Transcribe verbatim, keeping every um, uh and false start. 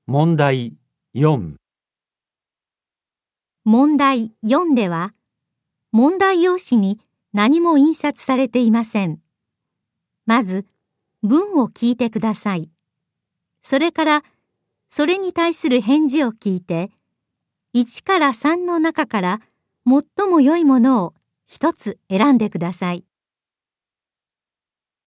問題よん。 問題よんでは、問題用紙に何も印刷されていません。まず、文を聞いてください。それから、それに対する返事を聞いて、いちからさんの中から最も良いものを一つ選んでください。